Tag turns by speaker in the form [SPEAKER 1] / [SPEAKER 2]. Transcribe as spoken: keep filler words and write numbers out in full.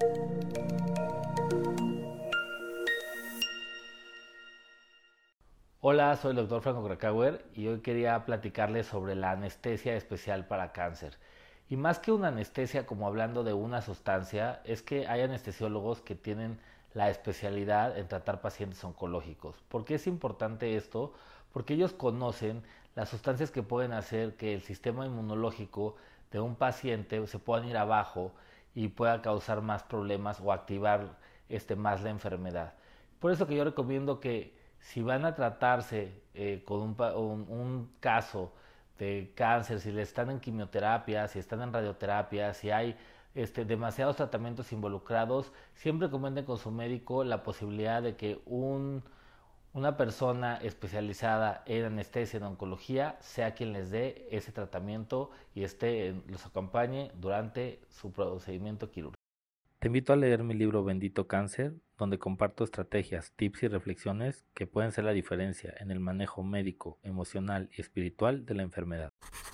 [SPEAKER 1] Hola, soy el doctor Franco Krakauer y hoy quería platicarles sobre la anestesia especial para cáncer. Y más que una anestesia, como hablando de una sustancia, es que hay anestesiólogos que tienen la especialidad en tratar pacientes oncológicos. ¿Por qué es importante esto? Porque ellos conocen las sustancias que pueden hacer que el sistema inmunológico de un paciente se puedan ir abajo y pueda causar más problemas o activar este, más la enfermedad. Por eso que yo recomiendo que si van a tratarse eh, con un, un, un caso de cáncer, si le están en quimioterapia, si están en radioterapia, si hay este, demasiados tratamientos involucrados, siempre comenten con su médico la posibilidad de que un, una persona especializada en anestesia, en oncología, sea quien les dé ese tratamiento y esté, los acompañe durante su procedimiento quirúrgico. Te invito a leer mi libro Bendito Cáncer, donde comparto estrategias, tips y reflexiones que pueden ser la diferencia en el manejo médico, emocional y espiritual de la enfermedad.